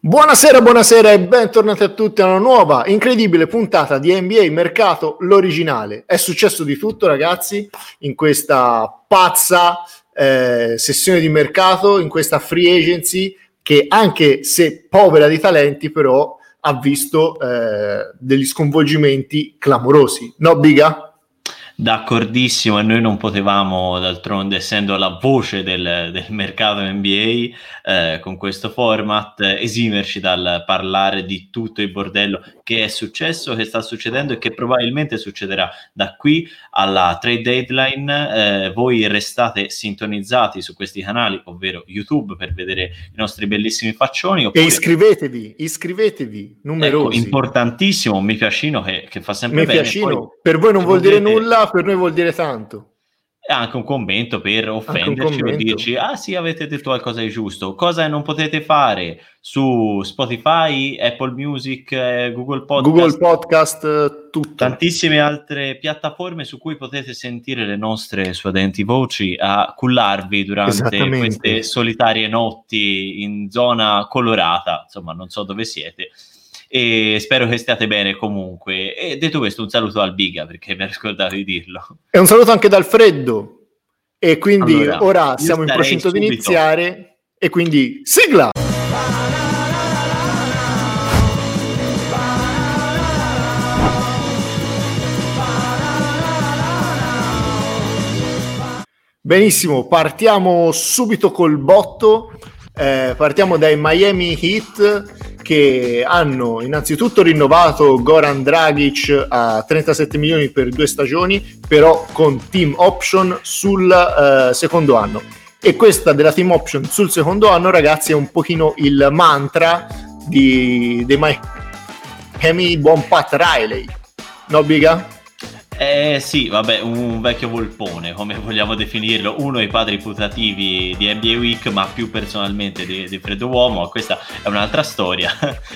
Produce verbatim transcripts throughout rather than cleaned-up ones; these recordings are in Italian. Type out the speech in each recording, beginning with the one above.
Buonasera, buonasera e bentornati a tutti a una nuova incredibile puntata di N B A Mercato, l'originale. È successo di tutto, ragazzi, in questa pazza eh, sessione di mercato, in questa free agency che, anche se povera di talenti, però ha visto eh, degli sconvolgimenti clamorosi. No, Biga? D'accordissimo, e noi non potevamo, d'altronde, essendo la voce del, del mercato N B A, eh, con questo format, esimerci dal parlare di tutto il bordello che è successo, che sta succedendo e che probabilmente succederà da qui alla trade deadline. Eh, voi restate sintonizzati su questi canali, ovvero YouTube, per vedere i nostri bellissimi faccioni. Oppure... E iscrivetevi, iscrivetevi, numerosi. Ecco, importantissimo, un mi piacino che, che fa sempre mi bene. Piacino. Poi, per voi non vuol volete... dire nulla, per noi vuol dire tanto. E anche un commento per offenderci o dirci ah sì, avete detto qualcosa di giusto. Cosa non potete fare su Spotify, Apple Music, eh, Google Podcast, Google Podcast, tutto. Tantissime altre piattaforme su cui potete sentire le nostre suadenti voci a cullarvi durante queste solitarie notti in zona colorata. Insomma, non so dove siete. E spero che stiate bene comunque. E detto questo, un saluto al Biga, perché mi ha ricordato di dirlo. E un saluto anche dal freddo. E quindi allora, ora siamo in procinto di iniziare. E quindi sigla! Benissimo, partiamo subito col botto. Eh, partiamo dai Miami Heat, che hanno innanzitutto rinnovato Goran Dragic a trentasette milioni per due stagioni, però con team option sul eh, secondo anno. E questa della team option sul secondo anno, ragazzi, è un pochino il mantra di, dei Miami, buon Pat Riley. No, Biga? Eh sì, vabbè, un vecchio volpone, come vogliamo definirlo, uno dei padri putativi di N B A Week, ma più personalmente di, di Freddo Uomo. Questa è un'altra storia.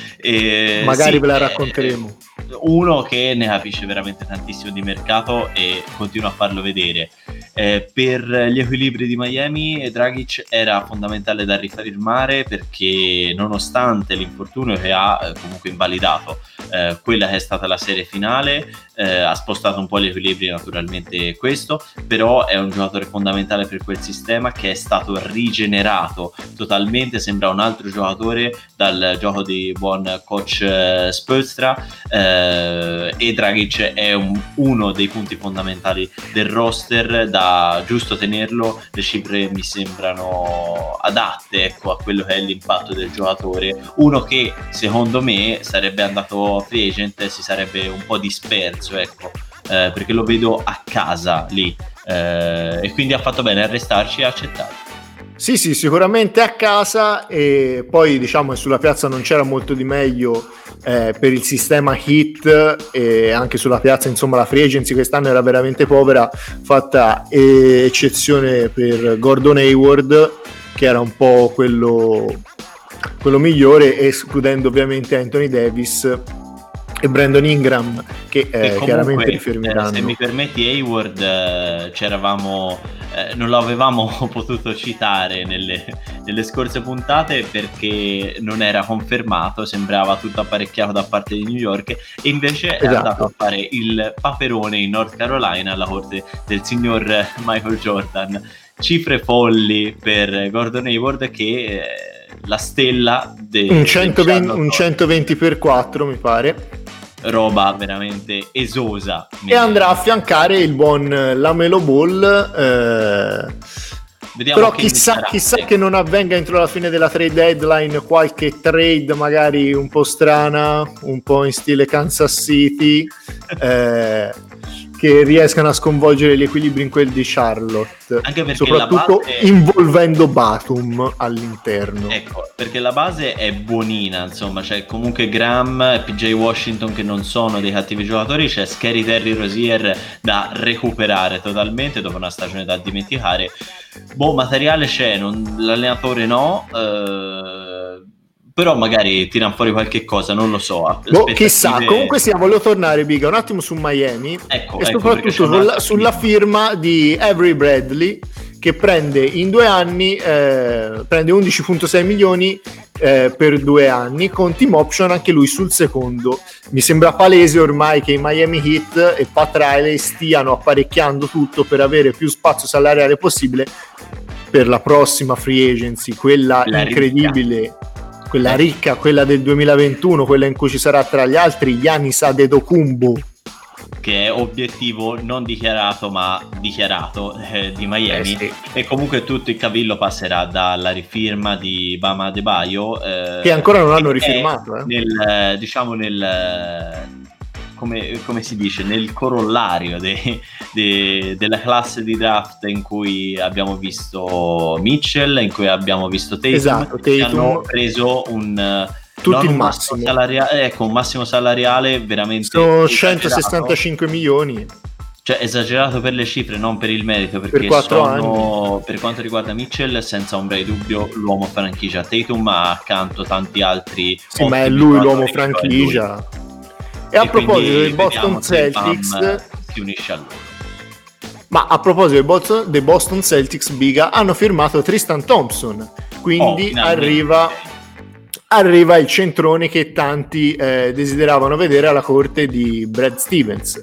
E, magari sì, ve la racconteremo. Eh, uno che ne capisce veramente tantissimo di mercato e continua a farlo vedere. Eh, per gli equilibri di Miami, Dragic era fondamentale da rifirmare, perché nonostante l'infortunio che ha eh, comunque invalidato eh, quella che è stata la serie finale, eh, ha spostato un po' gli equilibri naturalmente questo, però è un giocatore fondamentale per quel sistema che è stato rigenerato totalmente, sembra un altro giocatore dal gioco di buon coach eh, Spoelstra, eh, e Dragic è un, uno dei punti fondamentali del roster, da giusto tenerlo. Le cifre mi sembrano adatte, ecco, a quello che è l'impatto del giocatore, uno che secondo me sarebbe andato a free agent e si sarebbe un po' disperso, ecco, eh, perché lo vedo a casa lì, eh, e quindi ha fatto bene a restarci e accettare. Sì, sì, sicuramente a casa, e poi diciamo che sulla piazza non c'era molto di meglio eh, per il sistema Heat, e anche sulla piazza, insomma, la free agency quest'anno era veramente povera, fatta eh, eccezione per Gordon Hayward, che era un po' quello, quello migliore, escludendo ovviamente Anthony Davis e Brandon Ingram, che eh, comunque, chiaramente rifermeranno. Eh, se mi permetti, Hayward, eh, c'eravamo, eh, non l'avevamo potuto citare nelle, nelle scorse puntate perché non era confermato, sembrava tutto apparecchiato da parte di New York, e invece esatto. È andato a fare il paperone in North Carolina alla corte del signor Michael Jordan. Cifre folli per Gordon Hayward, che eh, la stella de, un, centoventi, un centoventi per quattro mi pare, roba veramente esosa, e andrà a affiancare il buon Lamelo Ball, eh, però che chissà, chissà che non avvenga entro la fine della trade deadline qualche trade magari un po' strana, un po' in stile Kansas City, eh, che riescano a sconvolgere gli equilibri in quel di Charlotte, anche perché soprattutto la base... involvendo Batum all'interno. Ecco, perché la base è buonina, insomma, c'è comunque Graham e P J Washington che non sono dei cattivi giocatori, c'è Scary Terry Rozier da recuperare totalmente dopo una stagione da dimenticare. Boh, materiale c'è, non, l'allenatore no, eh, però magari tirano fuori qualche cosa, non lo so. Boh, chissà. Comunque sia, volevo tornare, Biga, un attimo su Miami, ecco, e ecco, soprattutto sulla, sulla firma di Avery Bradley, che prende in due anni eh, prende undici virgola sei milioni eh, per due anni con team option anche lui sul secondo. Mi sembra palese ormai che i Miami Heat e Pat Riley stiano apparecchiando tutto per avere più spazio salariale possibile per la prossima free agency, quella la incredibile ricca. quella ricca, quella del duemilaventuno, quella in cui ci sarà tra gli altri Giannis Antetokounmpo, che è obiettivo non dichiarato ma dichiarato eh, di Miami, eh sì. E comunque tutto il cavillo passerà dalla rifirma di Bam Adebayo eh, che ancora non hanno rifirmato eh. nel, diciamo nel come, come si dice nel corollario de, de, della classe di draft in cui abbiamo visto Mitchell, in cui abbiamo visto Tatum, esatto, che Tatum. hanno preso un tutti il un massimo salariale, ecco, un massimo salariale veramente sono centosessantacinque milioni, cioè esagerato per le cifre, non per il merito, perché per quattro sono, anni. Per quanto riguarda Mitchell, senza ombra di dubbio l'uomo franchigia. Tatum ha accanto tanti altri, sì, ma è lui l'uomo franchigia. E, e a proposito dei Boston Celtics si unisce a lui. Ma a proposito dei Boston, dei Boston Celtics, Biga, hanno firmato Tristan Thompson, quindi oh, arriva arriva il centrone che tanti eh, desideravano vedere alla corte di Brad Stevens.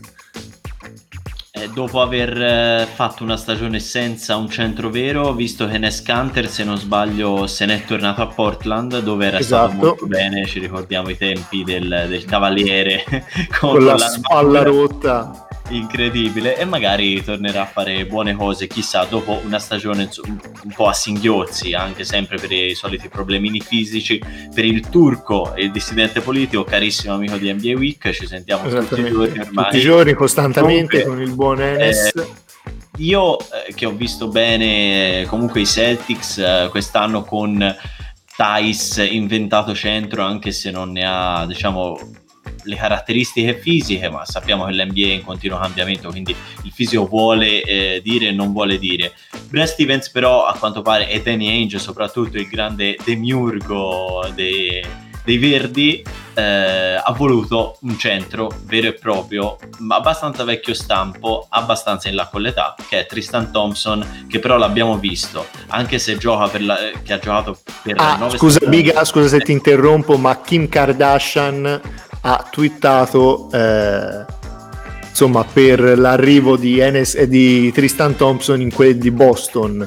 Eh, dopo aver eh, fatto una stagione senza un centro vero, visto che Enes Kanter, se non sbaglio, se n'è tornato a Portland, dove era esatto. stato molto bene, ci ricordiamo i tempi del, del cavaliere con, con la spalla rotta. Incredibile, e magari tornerà a fare buone cose, chissà, dopo una stagione insomma, un po' a singhiozzi, anche sempre per i soliti problemini fisici. Per il turco e il dissidente politico, carissimo amico di N B A Week, ci sentiamo tutti i giorni ormai, tutti i giorni costantemente. Comunque, con il buon Enes. Eh, io eh, che ho visto bene eh, comunque i Celtics eh, quest'anno con Thais inventato centro, anche se non ne ha, diciamo, le caratteristiche fisiche, ma sappiamo che l'N B A è in continuo cambiamento, quindi il fisico vuole eh, dire e non vuole dire. Brad Stevens però, a quanto pare, e Danny Ainge, soprattutto il grande demiurgo dei, dei Verdi, eh, ha voluto un centro vero e proprio, ma abbastanza vecchio stampo, abbastanza in là con l'età, che è Tristan Thompson, che però l'abbiamo visto, anche se gioca per la, che ha giocato per ah, nove scusa Biga, scusa se ti interrompo, ma Kim Kardashian ha twittato eh, insomma per l'arrivo di Enes e di Tristan Thompson in quelli di Boston.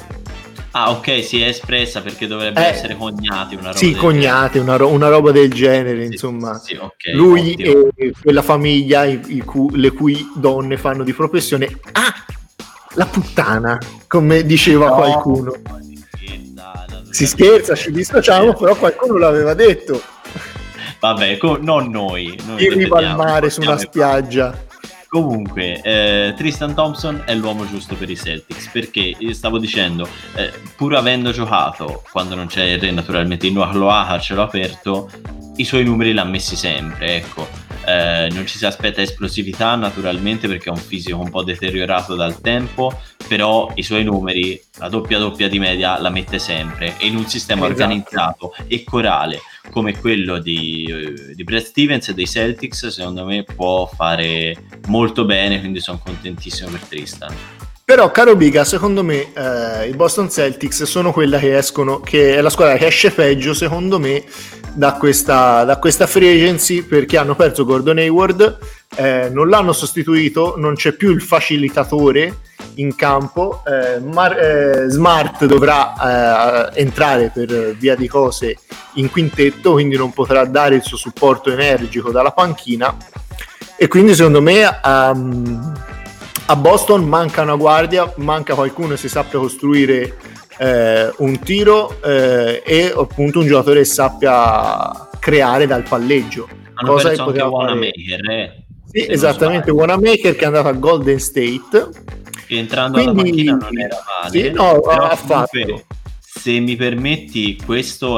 Ah, ok, si è espressa perché dovrebbe eh, essere cognati, una roba sì, cognati, una, ro- una roba del genere, sì, insomma. Sì, okay, lui ottimo. E quella famiglia i, i cu- le cui donne fanno di professione ah, la puttana, come diceva no, qualcuno. Si scherza, si scherza, ci dissociamo, però qualcuno l'aveva detto. Vabbè, co- non noi. noi in riva al mare, su una spiaggia. Comunque, eh, Tristan Thompson è l'uomo giusto per i Celtics, perché io stavo dicendo, eh, pur avendo giocato, quando non c'è il re naturalmente in Nucloaca a cielo aperto, i suoi numeri l'ha messi sempre, ecco. Eh, non ci si aspetta esplosività naturalmente perché è un fisico un po' deteriorato dal tempo, però i suoi numeri, la doppia doppia di media la mette sempre, e in un sistema esatto. organizzato e corale come quello di, di Brad Stevens e dei Celtics, secondo me può fare molto bene, quindi sono contentissimo per Tristan. Però caro Biga, secondo me eh, i Boston Celtics sono quella che escono, che è la squadra che esce peggio secondo me da questa, da questa free agency, perché hanno perso Gordon Hayward, eh, non l'hanno sostituito, non c'è più il facilitatore in campo, eh, Mar- eh, Smart dovrà eh, entrare per via di cose in quintetto, quindi non potrà dare il suo supporto energico dalla panchina, e quindi secondo me um, a Boston manca una guardia, manca qualcuno che si sappia costruire eh, un tiro eh, e appunto un giocatore che sappia creare dal palleggio. Hanno cosa perso anche Wanamaker, eh? Sì, esattamente, Wanamaker che è andato a Golden State, che entrando quindi, alla panchina non era male, sì, no, ha fatto. Se mi permetti, questo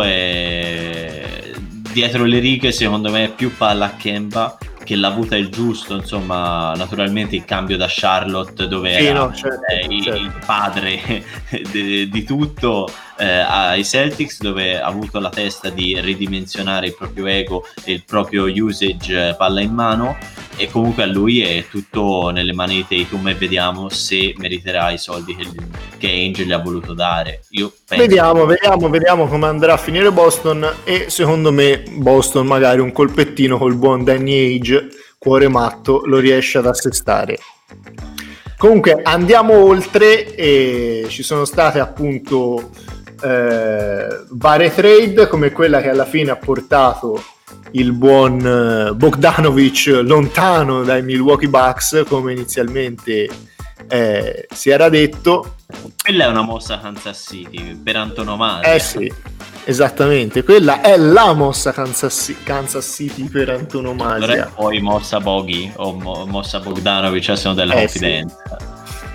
è dietro le righe, secondo me è più palla a Kemba, che l'ha avuta il giusto, insomma, naturalmente il cambio da Charlotte, dove sì, era no, certo, eh, certo. il padre di, di tutto, eh, ai Celtics, dove ha avuto la testa di ridimensionare il proprio ego e il proprio usage eh, palla in mano, e comunque a lui è tutto nelle mani di Tatum e vediamo se meriterà i soldi che, che Ainge gli ha voluto dare. Io penso vediamo, che... vediamo, vediamo come andrà a finire Boston, e secondo me Boston magari un colpettino col buon Danny Ainge, cuore matto, lo riesce ad assestare. Comunque andiamo oltre, e ci sono state appunto eh, varie trade come quella che alla fine ha portato il buon Bogdanovic lontano dai Milwaukee Bucks, come inizialmente eh, si era detto. Quella è una mossa Kansas City per antonomasia. Eh sì, esattamente, quella è la mossa Kansas, Kansas City per antonomasia. Non è poi mossa Boghi o mo- mossa Bogdanovic, a seconda della eh confidenza. Sì.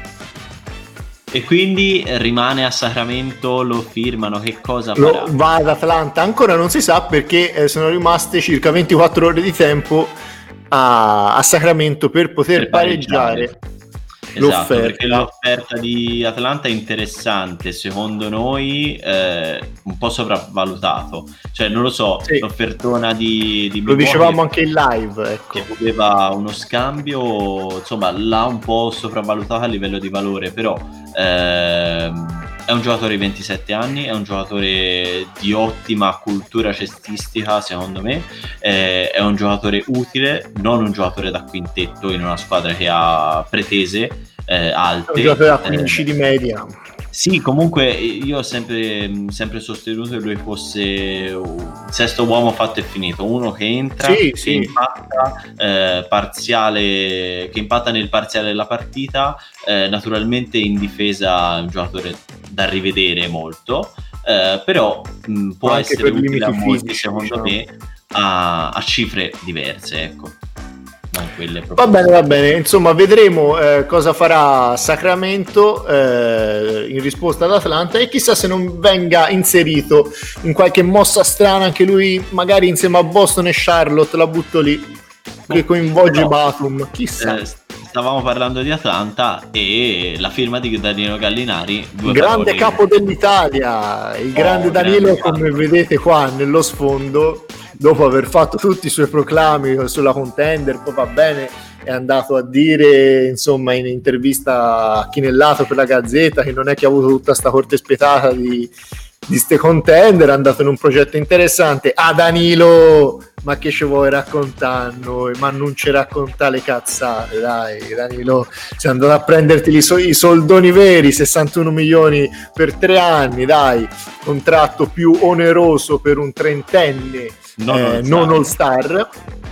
E quindi rimane a Sacramento, lo firmano, che cosa farà? Lo, va ad Atlanta, ancora non si sa, perché eh, sono rimaste circa ventiquattro ore di tempo a, a Sacramento per poter per pareggiare, pareggiare esatto, l'offerta. Perché l'offerta di Atlanta è interessante, secondo noi eh, un po' sopravvalutato, cioè non lo so, sì. L'offertona di, di lo dicevamo anche in live, ecco, che voleva uno scambio, insomma l'ha un po' sopravvalutato a livello di valore, però ehm, è un giocatore di ventisette anni, è un giocatore di ottima cultura cestistica secondo me, eh, è un giocatore utile, non un giocatore da quintetto in una squadra che ha pretese eh, alte. È un giocatore da quindici eh, di media. Sì, comunque io ho sempre, sempre sostenuto che lui fosse un sesto uomo fatto e finito, uno che entra, sì, che sì. impatta eh, parziale, che impatta nel parziale della partita, eh, naturalmente in difesa è un giocatore da rivedere molto, eh, però mh, può anche essere per utile a molti fisici, secondo diciamo. me a, a cifre diverse, ecco. Va bene, va bene, insomma vedremo eh, cosa farà Sacramento eh, in risposta ad Atlanta, e chissà se non venga inserito in qualche mossa strana anche lui, magari insieme a Boston e Charlotte, la butto lì, che coinvolge no. Batum, chissà. Eh, stavamo parlando di Atlanta e la firma di Danilo Gallinari, due grande parole. Capo dell'Italia, il oh, grande Danilo, grande come capo. Vedete qua nello sfondo, dopo aver fatto tutti i suoi proclami sulla contender, poi va bene, è andato a dire, insomma, in intervista a Chinellato per la Gazzetta, che non è che ha avuto tutta sta corte spietata di di ste contender, è andato in un progetto interessante. Ah Danilo, ma che ci vuoi raccontare noi? Ma non ci raccontare le cazzate, dai Danilo, sei andato a prenderti i, so- i soldoni veri, sessantuno milioni per tre anni, dai, contratto più oneroso per un trentenne non, eh, non all star,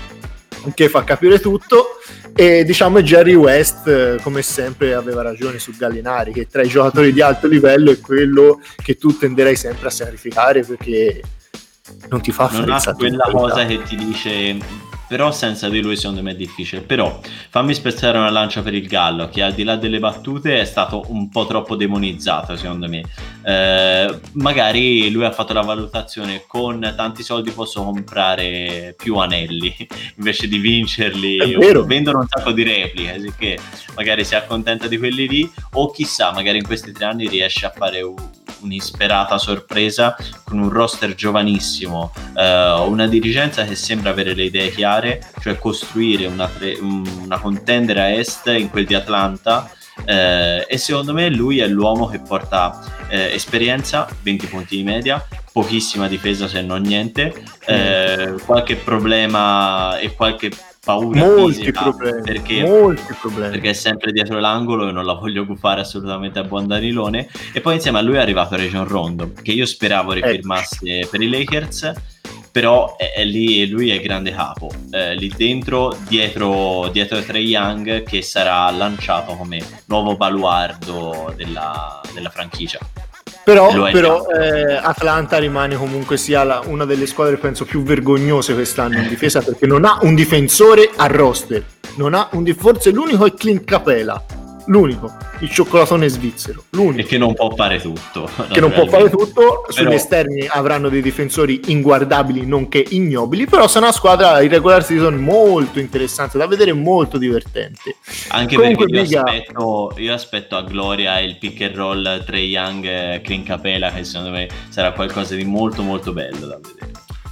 che fa capire tutto. E diciamo Jerry West, come sempre, aveva ragione su Gallinari, che tra i giocatori di alto livello è quello che tu tenderai sempre a sacrificare, perché non ti fa frezza. Non ha quella cosa che ti dice, però senza di lui secondo me è difficile. Però fammi spezzare una lancia per il Gallo, che al di là delle battute è stato un po' troppo demonizzato secondo me. Eh, magari lui ha fatto la valutazione: con tanti soldi posso comprare più anelli invece di vincerli, o vendono un sacco di repliche, così che magari si accontenta di quelli lì, o chissà, magari in questi tre anni riesce a fare un, un'isperata sorpresa con un roster giovanissimo, eh, una dirigenza che sembra avere le idee chiare, cioè costruire una, tre, una contender a est in quel di Atlanta. Eh, e secondo me lui è l'uomo che porta eh, esperienza, venti punti di media, pochissima difesa se non niente, eh, qualche problema e qualche paura molti fisica, problemi, perché, molti problemi perché è sempre dietro l'angolo e non la voglio gufare assolutamente a buon Danilone. E poi insieme a lui è arrivato Rajon Rondo, che io speravo rifirmasse ecco. per i Lakers, però è, è lì, lui è grande capo, eh, lì dentro, dietro, dietro Trae Young, che sarà lanciato come nuovo baluardo della, della franchigia. Però, però eh, Atlanta rimane comunque sia la, una delle squadre penso più vergognose quest'anno in difesa, perché non ha un difensore a roster, non ha un dif- forse l'unico è Clint Capela, l'unico, il cioccolatone svizzero, l'unico. E che non può fare tutto. Che non può fare tutto, sugli però... esterni avranno dei difensori inguardabili nonché ignobili, però sarà una squadra in regular season molto interessante da vedere, molto divertente. Anche comunque perché io, Biga... aspetto, io aspetto a gloria il pick and roll Trae Young Clint Capela, che secondo me sarà qualcosa di molto molto bello da vedere.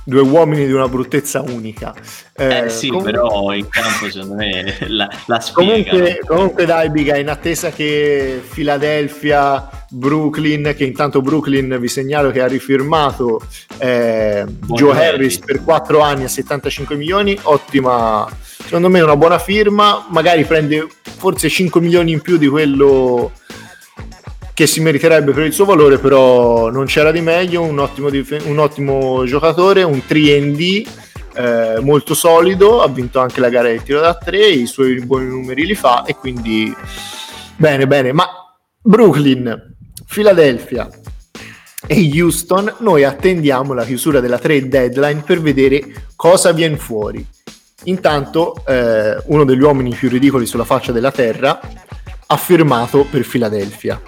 due uomini di una bruttezza unica. Eh, eh sì, comunque, però in campo secondo me la, la spiega. Comunque, comunque dai Biga, in attesa che Philadelphia, Brooklyn, che intanto Brooklyn vi segnalo che ha rifirmato eh, Joe Harris per quattro anni a settantacinque milioni, ottima, secondo me una buona firma, magari prende forse cinque milioni in più di quello che si meriterebbe per il suo valore, però non c'era di meglio, un ottimo, dif- un ottimo giocatore, un tre and D eh, molto solido, ha vinto anche la gara del tiro da tre, i suoi buoni numeri li fa, e quindi bene bene. Ma Brooklyn, Philadelphia e Houston, noi attendiamo la chiusura della trade deadline per vedere cosa viene fuori. Intanto eh, uno degli uomini più ridicoli sulla faccia della terra ha firmato per Philadelphia,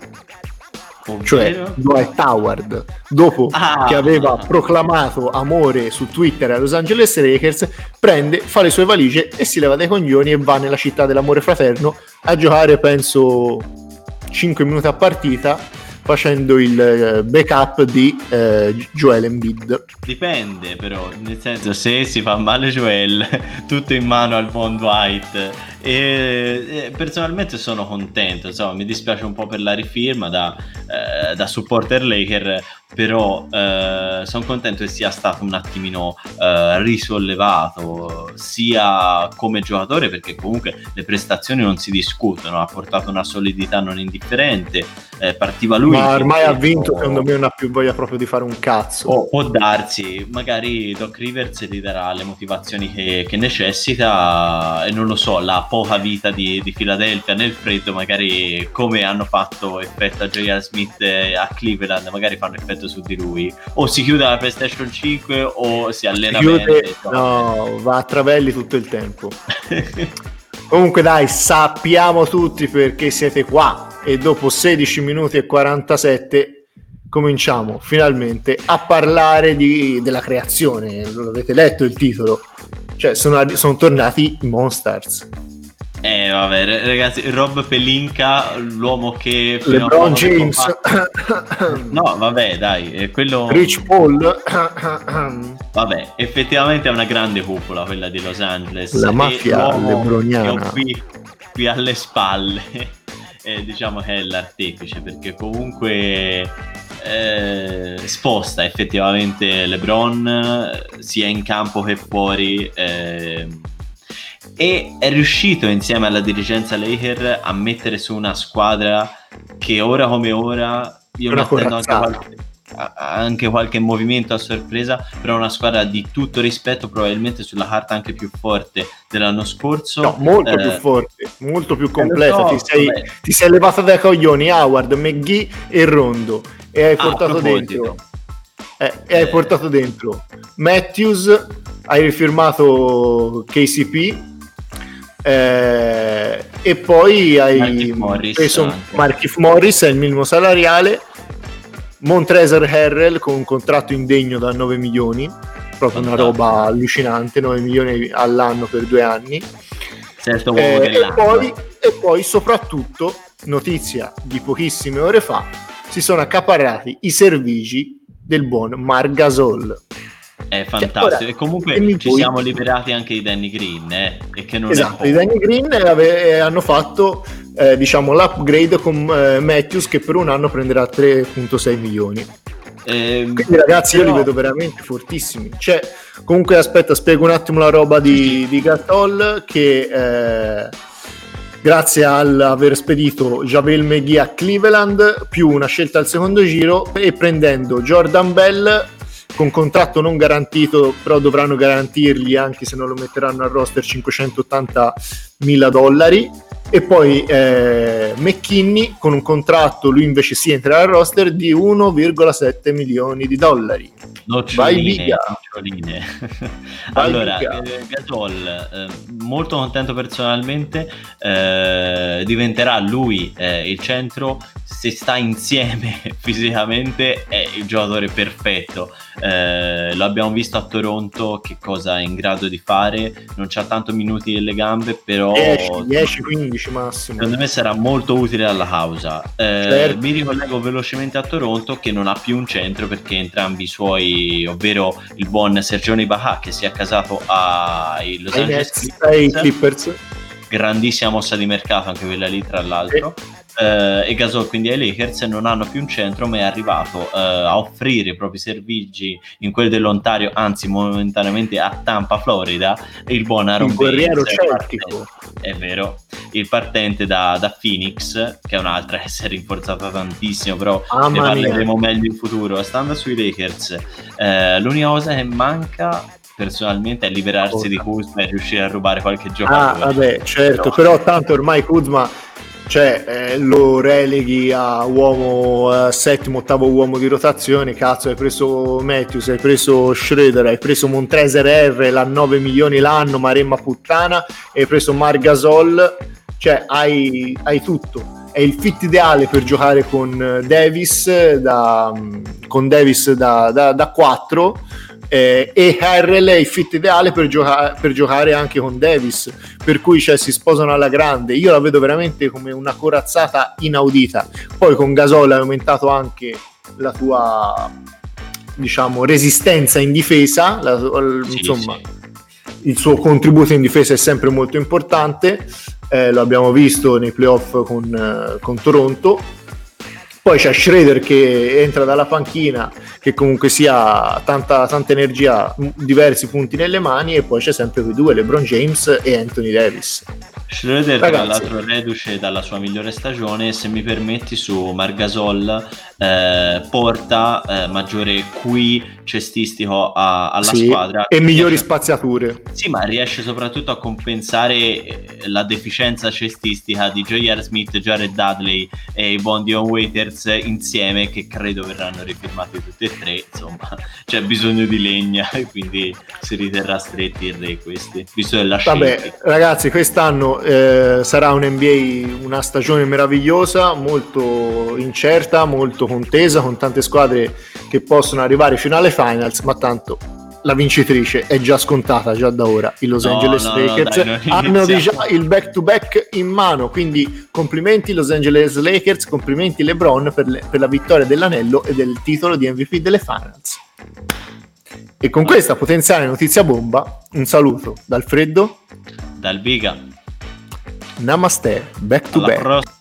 cioè Dwight Howard, dopo ah. che aveva proclamato amore su Twitter ai Los Angeles Lakers, prende, fa le sue valigie e si leva dai coglioni e va nella città dell'amore fraterno a giocare, penso, cinque minuti a partita, facendo il backup di eh, Joel Embiid. Dipende però, nel senso, se si fa male Joel, tutto in mano al buon Dwight. E, e personalmente sono contento, insomma, mi dispiace un po' per la rifirma da, eh, da supporter Laker, però eh, sono contento che sia stato un attimino eh, risollevato sia come giocatore, perché comunque le prestazioni non si discutono, ha portato una solidità non indifferente, eh, partiva lui, ma ormai ha vinto, secondo me non ha più voglia proprio di fare un cazzo. Oh, può darsi, magari Doc Rivers gli darà le motivazioni che, che necessita, e non lo so, la poca vita di, di Philadelphia nel freddo magari, come hanno fatto effetto a J R. Smith a Cleveland, magari fanno effetto su di lui, o si chiude la PlayStation cinque o si allena si chiude, bene, no, va a travelli tutto il tempo. Comunque dai, sappiamo tutti perché siete qua, e dopo sedici minuti e quarantasette cominciamo finalmente a parlare di, della creazione. Lo avete letto il titolo, cioè sono, sono tornati i Monsters. Eh vabbè ragazzi, Rob Pelinka, l'uomo che LeBron James fa... no vabbè dai, è quello Rich Paul vabbè, effettivamente è una grande cupola quella di Los Angeles, la mafia lebroniana qui, qui alle spalle eh, diciamo che è l'artefice, perché comunque eh, sposta effettivamente LeBron sia in campo che fuori, eh, e è riuscito insieme alla dirigenza Laker a mettere su una squadra che ora come ora io mi attendo anche qualche, anche qualche movimento a sorpresa, però una squadra di tutto rispetto, probabilmente sulla carta anche più forte dell'anno scorso, no, molto eh, più forte, molto più completa, ti sei, ti sei levato dai coglioni Howard, McGee e Rondo, e hai portato ah, dentro eh, e hai eh. portato dentro Matthews, hai rifirmato K C P, Eh, e poi hai Markieff preso Markieff Morris, è il minimo salariale, Montrezl Harrell con un contratto indegno da nove milioni, proprio una roba allucinante, nove milioni all'anno per due anni, certo, eh, e, poi, e poi soprattutto, notizia di pochissime ore fa, si sono accaparrati i servigi del buon Marc Gasol. È fantastico, ora, e comunque ci poi... siamo liberati anche di Danny Green, eh, e che non esatto, è i Danny Green ave- hanno fatto eh, diciamo l'upgrade con eh, Matthews, che per un anno prenderà tre virgola sei milioni. Eh, quindi ragazzi però... io li vedo veramente fortissimi. Cioè, comunque aspetta, spiego un attimo la roba di, di Gasol, che eh, grazie all'aver spedito JaVale McGee a Cleveland più una scelta al secondo giro, e prendendo Jordan Bell con contratto non garantito, però dovranno garantirgli, anche se non lo metteranno al roster, cinquecentottantamila dollari, e poi eh, McKinney con un contratto, lui invece si entra al roster, di uno virgola sette milioni di dollari. Noccioline, noccioline. Allora, eh, Gasol, eh, molto contento personalmente, eh, diventerà lui eh, il centro se sta insieme fisicamente è il giocatore perfetto. Eh, lo abbiamo visto a Toronto che cosa è in grado di fare, non c'ha tanto minuti nelle gambe, però dieci quindici massimo. Secondo me sarà molto utile alla causa. Eh, certo. Mi ricollego velocemente a Toronto, che non ha più un centro perché entrambi i suoi, ovvero il buon Sergione Ibaka che si è accasato ai Los Angeles Clippers, Clippers, grandissima mossa di mercato anche quella lì tra l'altro. Eh. Uh, e Gasol quindi ai Lakers non hanno più un centro, ma è arrivato uh, a offrire i propri servigi in quelli dell'Ontario, anzi momentaneamente a Tampa, Florida, il buon Aaron Baines, celtico. È vero, il partente da, da Phoenix, che è un'altra che si è rinforzata tantissimo, però ah, ne parleremo mia. meglio in futuro. Stando sui Lakers, uh, l'unica cosa che manca personalmente è liberarsi oh. di Kuzma e riuscire a rubare qualche giocatore. Ah, vabbè, certo, però, però tanto ormai Kuzma, cioè eh, lo releghi a uomo eh, settimo, ottavo uomo di rotazione. Cazzo, hai preso Matthews, hai preso Schroeder, hai preso Montrezl R la nove milioni l'anno, Maremma puttana, hai preso Marc Gasol, cioè hai, hai tutto. È il fit ideale per giocare con Davis da, con Davis da, da, da quattro. Eh, e R L è il fit ideale per, gioca- per giocare anche con Davis, per cui cioè, si sposano alla grande. Io la vedo veramente come una corazzata inaudita. Poi con Gasol hai aumentato anche la tua, diciamo, resistenza in difesa, la, sì, insomma sì. Il suo contributo in difesa è sempre molto importante, eh, lo abbiamo visto nei playoff con, con Toronto. Poi c'è Schroeder che entra dalla panchina, che comunque sia tanta, tanta energia, diversi punti nelle mani, e poi c'è sempre quei due, LeBron James e Anthony Davis. Schroeder, tra l'altro, reduce dalla sua migliore stagione. Se mi permetti, su Marc Gasol eh, porta eh, maggiore Q I cestistico a, alla sì, squadra e migliori riesce, spaziature. Sì, ma riesce soprattutto a compensare la deficienza cestistica di J R. Smith, Jared Dudley e i buon Dion Waiters insieme, che credo verranno rifirmati tutti e tre. Insomma, c'è bisogno di legna e quindi si riterrà stretti il re questi, visto che la Vabbè, ragazzi, quest'anno eh, sarà un N B A, una stagione meravigliosa, molto incerta, molto contesa, con tante squadre che possono arrivare fino alle finals, ma tanto la vincitrice è già scontata già da ora. I Los no, Angeles no, Lakers no, dai, hanno già il back to back in mano, quindi complimenti Los Angeles Lakers, complimenti LeBron per, le, per la vittoria dell'anello e del titolo di M V P delle finals. E con questa potenziale notizia bomba, un saluto dal Freddo, dal Biga. Namaste, back to Alla back. Prossima.